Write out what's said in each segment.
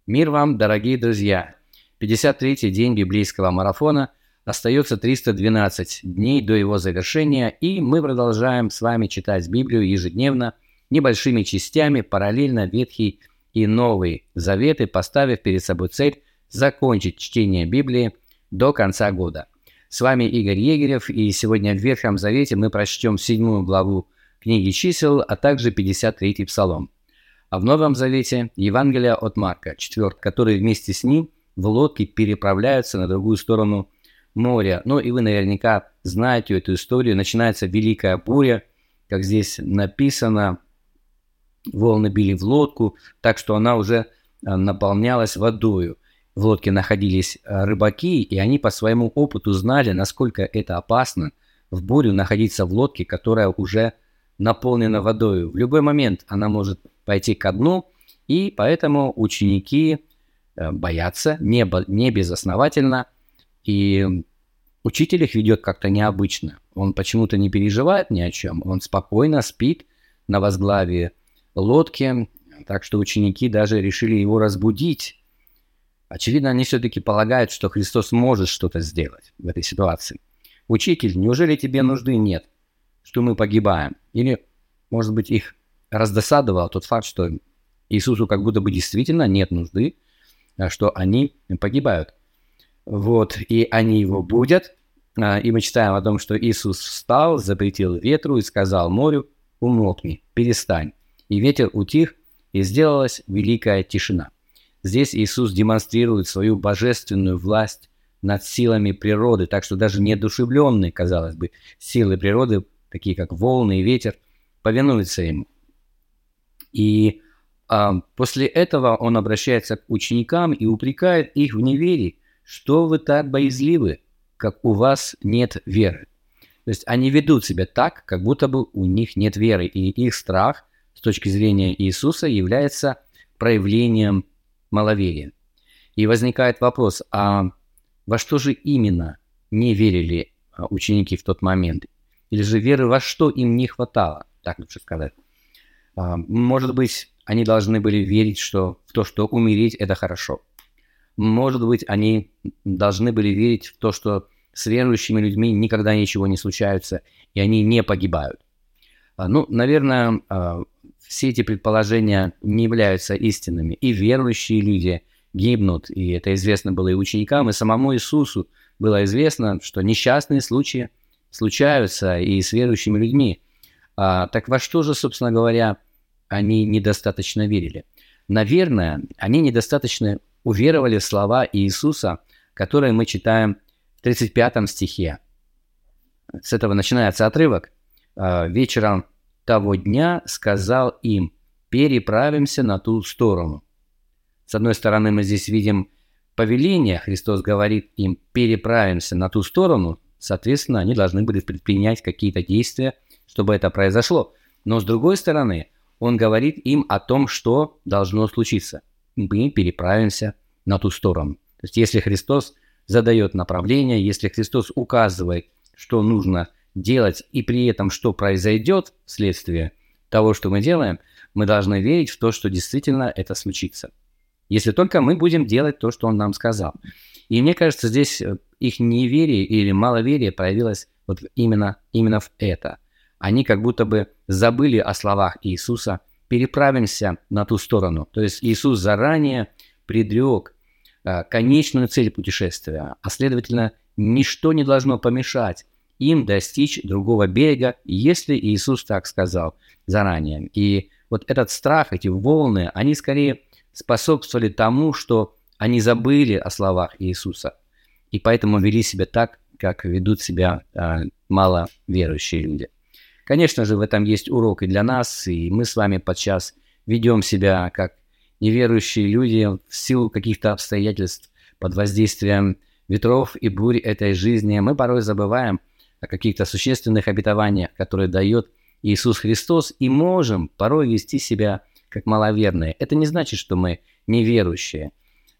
Мир вам, дорогие друзья! 53-й день библейского марафона, остается 312 дней до его завершения, и мы продолжаем с вами читать Библию ежедневно, небольшими частями, параллельно Ветхий и Новый Заветы, поставив перед собой цель закончить чтение Библии до конца года. С вами Игорь Егерев, и сегодня в Ветхом Завете мы прочтем 7 главу книги Чисел, а также 53-й Псалом. А в Новом Завете Евангелие от Марка, 4, который вместе с ним в лодке переправляются на другую сторону моря. Ну и вы наверняка знаете эту историю. Начинается великая буря, как здесь написано, волны били в лодку, так что она уже наполнялась водою. В лодке находились рыбаки, и они по своему опыту знали, насколько это опасно в бурю находиться в лодке, которая уже наполнена водой. В любой момент она может пойти ко дну, и поэтому ученики боятся не безосновательно, и учитель их ведет как-то необычно. Он почему-то не переживает ни о чем, он спокойно спит на возглаве лодки, так что ученики даже решили его разбудить. Очевидно, они все-таки полагают, что Христос может что-то сделать в этой ситуации. «Учитель, неужели тебе нужды нет, что мы погибаем?» Или, может быть, их раздосадовал тот факт, что Иисусу как будто бы действительно нет нужды, что они погибают. Вот, и они его будят, и мы читаем о том, что Иисус встал, запретил ветру и сказал морю: «Умолкни, перестань». И ветер утих, и сделалась великая тишина. Здесь Иисус демонстрирует свою божественную власть над силами природы, так что даже неодушевленные, казалось бы, силы природы, такие как волны и ветер, повинуются ему. И после этого он обращается к ученикам и упрекает их в неверии. «Что вы так боязливы, как у вас нет веры?» То есть они ведут себя так, как будто бы у них нет веры, и их страх с точки зрения Иисуса является проявлением маловерия. И возникает вопрос, а во что же именно не верили ученики в тот момент? Или же веры во что им не хватало, так лучше сказать? Может быть, они должны были верить в то, что умереть – это хорошо. Может быть, они должны были верить в то, что с верующими людьми никогда ничего не случается, и они не погибают. Наверное, все эти предположения не являются истинными. И верующие люди гибнут, и это известно было и ученикам, и самому Иисусу было известно, что несчастные случаи случаются и с верующими людьми. Так во что же, собственно говоря, они недостаточно верили? Наверное, они недостаточно уверовали в слова Иисуса, которые мы читаем в 35 стихе. С этого начинается отрывок. «Вечером того дня сказал им: переправимся на ту сторону». С одной стороны, мы здесь видим повеление. Христос говорит им: переправимся на ту сторону. Соответственно, они должны были предпринять какие-то действия, чтобы это произошло. Но с другой стороны, он говорит им о том, что должно случиться. Мы переправимся на ту сторону. То есть, если Христос задает направление, если Христос указывает, что нужно делать, и при этом, что произойдет вследствие того, что мы делаем, мы должны верить в то, что действительно это случится. Если только мы будем делать то, что Он нам сказал. И мне кажется, здесь их неверие или маловерие проявилось вот именно в это. Они как будто бы забыли о словах Иисуса: переправимся на ту сторону. То есть Иисус заранее предрек конечную цель путешествия, а следовательно, ничто не должно помешать им достичь другого берега, если Иисус так сказал заранее. И вот этот страх, эти волны, они скорее способствовали тому, что они забыли о словах Иисуса, и поэтому вели себя так, как ведут себя маловерующие люди. Конечно же, в этом есть урок и для нас, и мы с вами подчас ведем себя как неверующие люди в силу каких-то обстоятельств, под воздействием ветров и бурь этой жизни. Мы порой забываем о каких-то существенных обетованиях, которые дает Иисус Христос, и можем порой вести себя как маловерные. Это не значит, что мы неверующие.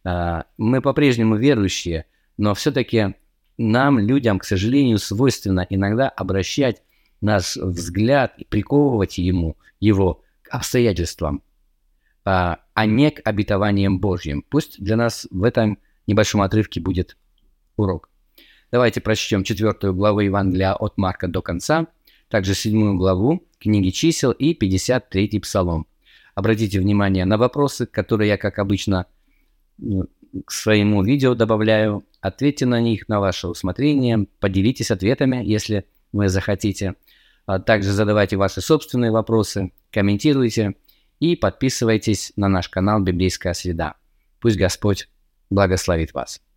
Мы по-прежнему верующие, но все-таки нам, людям, к сожалению, свойственно иногда обращать наш взгляд и приковывать его к обстоятельствам. а не к обетованиям Божьим. Пусть для нас в этом небольшом отрывке будет урок. Давайте прочтем 4 главу Евангелия от Марка до конца, также 7 главу книги Чисел и 53 Псалом. Обратите внимание на вопросы, которые я, как обычно, к своему видео добавляю. Ответьте на них на ваше усмотрение, поделитесь ответами, если вы захотите. Также задавайте ваши собственные вопросы, комментируйте и подписывайтесь на наш канал «Библейская среда». Пусть Господь благословит вас.